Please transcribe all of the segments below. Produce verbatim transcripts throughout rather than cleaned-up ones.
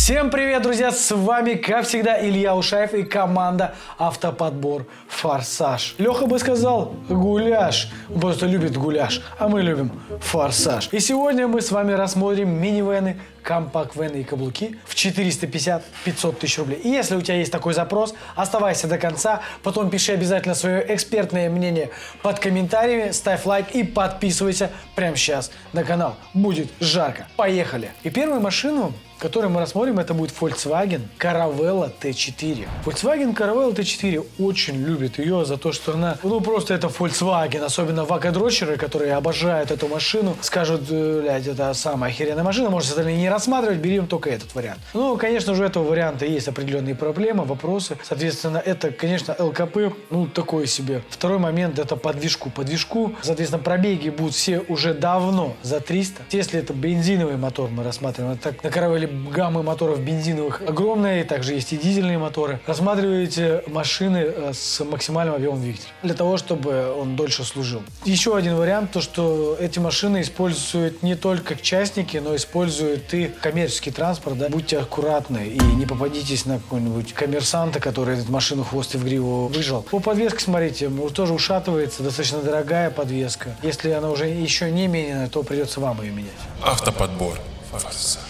Всем привет, друзья! С вами, как всегда, Илья Ушаев и команда Автоподбор Форсаж. Леха бы сказал гуляш. Он просто любит гуляш, а мы любим форсаж. И сегодня мы с вами рассмотрим минивэны, компакт-вэны и каблуки в четыреста пятьдесят — пятьсот тысяч рублей. И если у тебя есть такой запрос, оставайся до конца, потом пиши обязательно свое экспертное мнение под комментариями, ставь лайк и подписывайся прямо сейчас на канал. Будет жарко. Поехали! И первую машину, которую мы рассмотрим, это будет Volkswagen Caravella тэ четыре. Volkswagen Caravella тэ четыре очень любит ее за то, что она, ну просто это Volkswagen, особенно вакадрочеры, которые обожают эту машину, скажут, блядь, это самая охеренная машина, можете остальные не рассматривать, берем только этот вариант. Ну, конечно же, у этого варианта есть определенные проблемы, вопросы, соответственно, это, конечно, ЛКП, ну, такое себе. Второй момент, это по движку. По движку, соответственно, пробеги будут все уже давно за триста. Если это бензиновый мотор мы рассматриваем, так на Caravella гаммы моторов бензиновых огромные, также есть и дизельные моторы. Рассматриваете машины с максимальным объемом двигателя, для того, чтобы он дольше служил. Еще один вариант, то что эти машины используют не только частники, но используют и коммерческий транспорт. Да? Будьте аккуратны и не попадитесь на какого-нибудь коммерсанта, который эту машину хвост и в гриву выжал. По подвеске, смотрите, тоже ушатывается, достаточно дорогая подвеска. Если она уже еще не менена, то придется вам ее менять. Автоподбор Форсаж.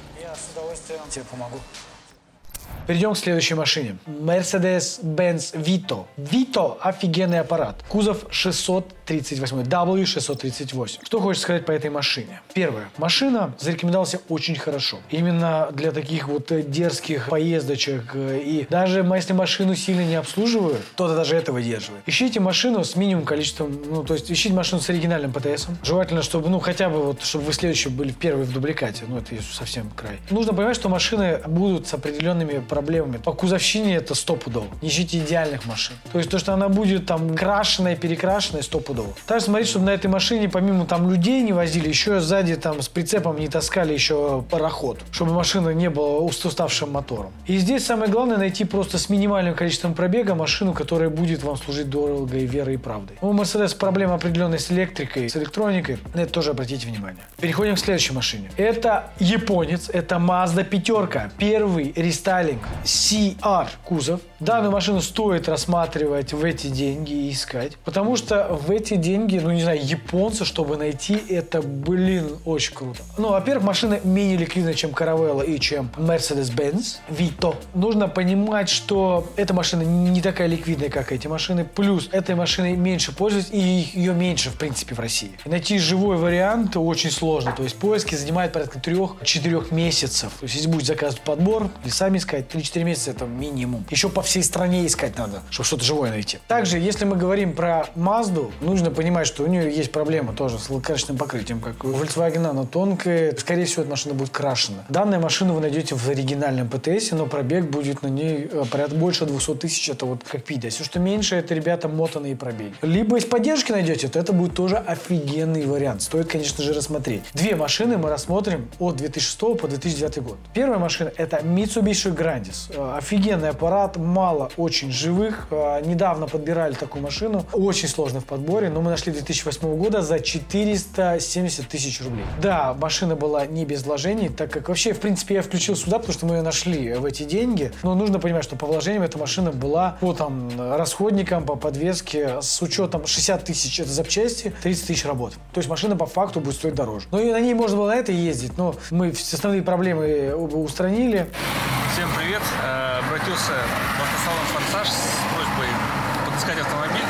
С удовольствием тебе помогу. Перейдем к следующей машине. Mercedes-Benz Vito. Vito – офигенный аппарат. Кузов шестьсот тридцать восемь, дабл ю шестьсот тридцать восемь. Что хочешь сказать по этой машине? Первое. Машина зарекомендовалась очень хорошо. Именно для таких вот дерзких поездочек. И даже если машину сильно не обслуживают, то-то даже это выдерживает. Ищите машину с минимум количеством, ну, то есть ищите машину с оригинальным ПТСом. Желательно, чтобы, ну, хотя бы вот, чтобы вы следующие были первые в дубликате. Ну, это совсем край. Нужно понимать, что машины будут с определенными проблемами. По кузовщине это стопудово. Не ищите идеальных машин. То есть то, что она будет там крашеная, перекрашенная, стопудово. Также смотрите, чтобы на этой машине помимо там людей не возили, еще сзади там с прицепом не таскали еще пароход, чтобы машина не была уставшим мотором. И здесь самое главное найти просто с минимальным количеством пробега машину, которая будет вам служить дорого и верой и правдой. У Mercedes проблема определенной с электрикой, с электроникой. На это тоже обратите внимание. Переходим к следующей машине. Это японец, это Mazda пятерка. Первый рестайлинг си ар кузов. Данную машину стоит рассматривать в эти деньги и искать, потому что в эти деньги, ну не знаю, японцы, чтобы найти, это, блин, очень круто. Ну, во-первых, машина менее ликвидная, чем Caravella и чем Mercedes-Benz Vito. Нужно понимать, что эта машина не такая ликвидная, как эти машины. Плюс этой машиной меньше пользуются, и ее меньше, в принципе, в России. И найти живой вариант очень сложно. То есть поиски занимают порядка трех-четырех месяцев. То есть если будете заказывать подбор или сами искать, три-четыре месяца это минимум. Еще по всей стране искать надо, чтобы что-то живое найти. Также, если мы говорим про Mazda, нужно понимать, что у нее есть проблема тоже с лакокрасочным покрытием, как у Volkswagen. Она тонкая, скорее всего, эта машина будет крашена. Данную машину вы найдете в оригинальном ПТСе, но пробег будет на ней порядка больше двухсот тысяч, это вот как пида. Все, что меньше, это, ребята, мотаные пробеги. Либо из поддержки найдете, то это будет тоже офигенный вариант. Стоит, конечно же, рассмотреть. Две машины мы рассмотрим от две тысячи шестого по две тысячи девятый год. Первая машина – это Mitsubishi Grandis. Офигенный аппарат, мало очень живых. Недавно подбирали такую машину. Очень сложно в подборе, но мы нашли две тысячи восьмого года за четыреста семьдесят тысяч рублей. Да, машина была не без вложений, так как вообще, в принципе, я включил сюда, потому что мы ее нашли в эти деньги. Но нужно понимать, что по вложениям эта машина была по там расходникам, по подвеске, с учетом шестьдесят тысяч это запчасти, тридцать тысяч работ. То есть машина по факту будет стоить дороже. Но и на ней можно было на это ездить, но мы все основные проблемы устранили. Всем привет! Обратился в автосалон «Форсаж» с просьбой подыскать автомобиль.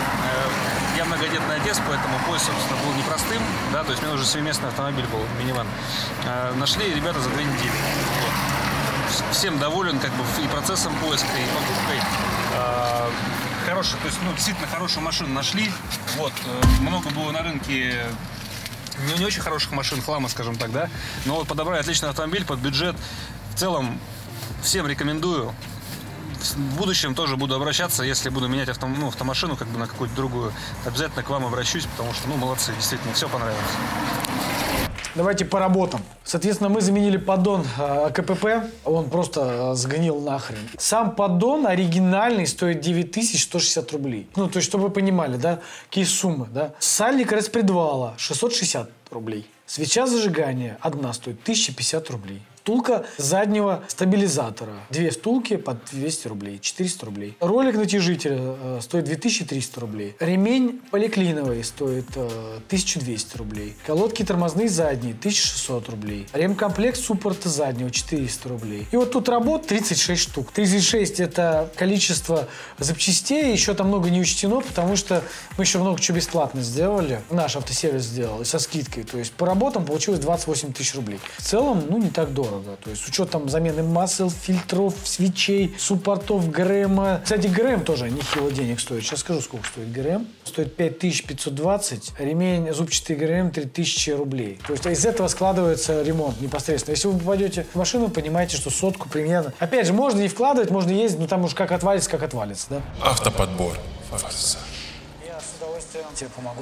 Я многодетный отец, поэтому поиск, собственно, был непростым. Да, то есть мне уже семиместный автомобиль был, минивэн. Нашли ребята за две недели. Вот. Всем доволен как бы и процессом поиска, и покупкой. Хороший, то есть, ну, действительно хорошую машину нашли. Вот. Много было на рынке не, не очень хороших машин, хлама, скажем так, да. Но вот подобрали отличный автомобиль под бюджет. В целом, всем рекомендую. В будущем тоже буду обращаться, если буду менять авто, ну, автомашину как бы на какую-то другую. Обязательно к вам обращусь, потому что, ну, молодцы, действительно, все понравилось. Давайте по работам. Соответственно, мы заменили поддон э, КПП, он просто э, сгнил нахрен. Сам поддон оригинальный стоит девять тысяч сто шестьдесят рублей. Ну, то есть, чтобы вы понимали, да, какие суммы, да. Сальник распредвала шестьсот шестьдесят рублей. Свеча зажигания одна стоит тысяча пятьдесят рублей. Втулка заднего стабилизатора. Две втулки по двести рублей, четыреста рублей. Ролик натяжителя э, стоит две тысячи триста рублей. Ремень поликлиновый стоит э, тысяча двести рублей. Колодки тормозные задние тысяча шестьсот рублей. Ремкомплект суппорта заднего четыреста рублей. И вот тут работ тридцать шесть штук. тридцать шесть это количество запчастей. Еще там много не учтено, потому что мы еще много чего бесплатно сделали. Наш автосервис сделал со скидкой. То есть по работам получилось двадцать восемь тысяч рублей. В целом, ну, не так дорого. То есть с учетом замены масел, фильтров, свечей, суппортов, ГРМ. Кстати, ГРМ тоже нехило денег стоит. Сейчас скажу, сколько стоит ГРМ. Стоит пять тысяч пятьсот двадцать. Ремень зубчатый ГРМ три тысячи рублей. То есть из этого складывается ремонт непосредственно. Если вы попадете в машину, понимаете, что сотку примерно. Опять же, можно не вкладывать, можно ездить, но там уж как отвалится, как отвалится, да? Автоподбор ФССР. Я с удовольствием тебе помогу.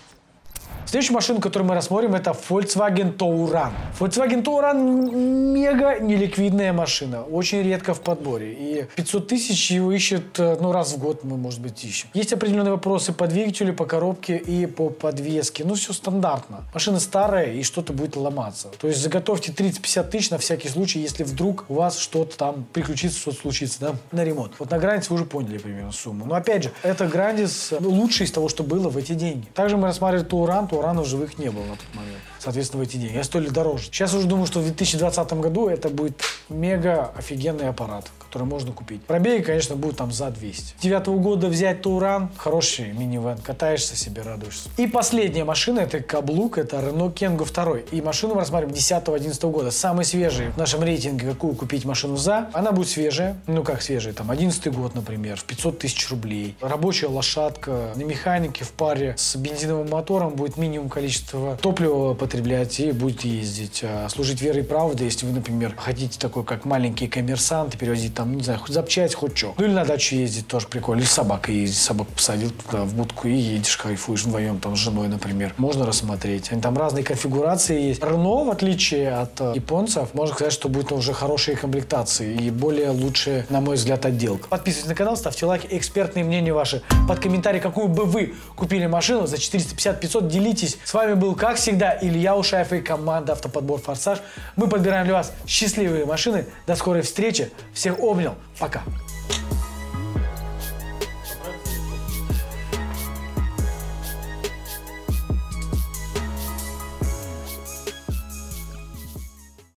Следующую машину, которую мы рассмотрим, это Volkswagen Touran. Volkswagen Touran мега неликвидная машина. Очень редко в подборе. И пятьсот тысяч его ищет, ну, раз в год мы, может быть, ищем. Есть определенные вопросы по двигателю, по коробке и по подвеске. Ну, все стандартно. Машина старая, и что-то будет ломаться. То есть заготовьте тридцать-пятьдесят тысяч на всякий случай, если вдруг у вас что-то там приключится, что-то случится, да, на ремонт. Вот на Грандис вы уже поняли примерно сумму. Но, опять же, это Грандис, ну, лучший из того, что было в эти деньги. Также мы рассматривали Touran. Турана в живых не было на тот момент. Соответственно, в эти деньги. Они стоили дороже. Сейчас уже думаю, что в две тысячи двадцатом году это будет мега офигенный аппарат, который можно купить. Пробеги, конечно, будут там за двести. девятого года взять Touran. Хороший минивэн. Катаешься себе, радуешься. И последняя машина, это каблук, это Renault Kangoo два. И машину мы рассматриваем десятого-одиннадцатого года. Самый свежий в нашем рейтинге, какую купить машину за. Она будет свежая. Ну, как свежая? Там, одиннадцатый год, например, в пятьсот тысяч рублей. Рабочая лошадка. На механике в паре с бензиновым мотором будет минимум количество топлива потреблять и будете ездить. А служить верой и правдой, если вы, например, хотите такой, как маленький коммерсант, перевозить там, не знаю, хоть запчасть, хоть что. Ну или на дачу ездить, тоже прикольно. Или с собакой ездить. Собаку посадил туда в будку и едешь, кайфуешь вдвоем там с женой, например. Можно рассмотреть. Они там разные конфигурации есть. Renault, в отличие от э, японцев, можно сказать, что будет уже хорошие комплектации и более лучшая, на мой взгляд, отделка. Подписывайтесь на канал, ставьте лайки, экспертные мнения ваши под комментарий, какую бы вы купили машину за четыреста пятьдесят - пятьсот, делитесь. С вами был, как всегда, Илья Ушаев и команда Автоподбор Форсаж. Мы подбираем для вас счастливые машины. До скорой встречи. Всех обнял. Пока.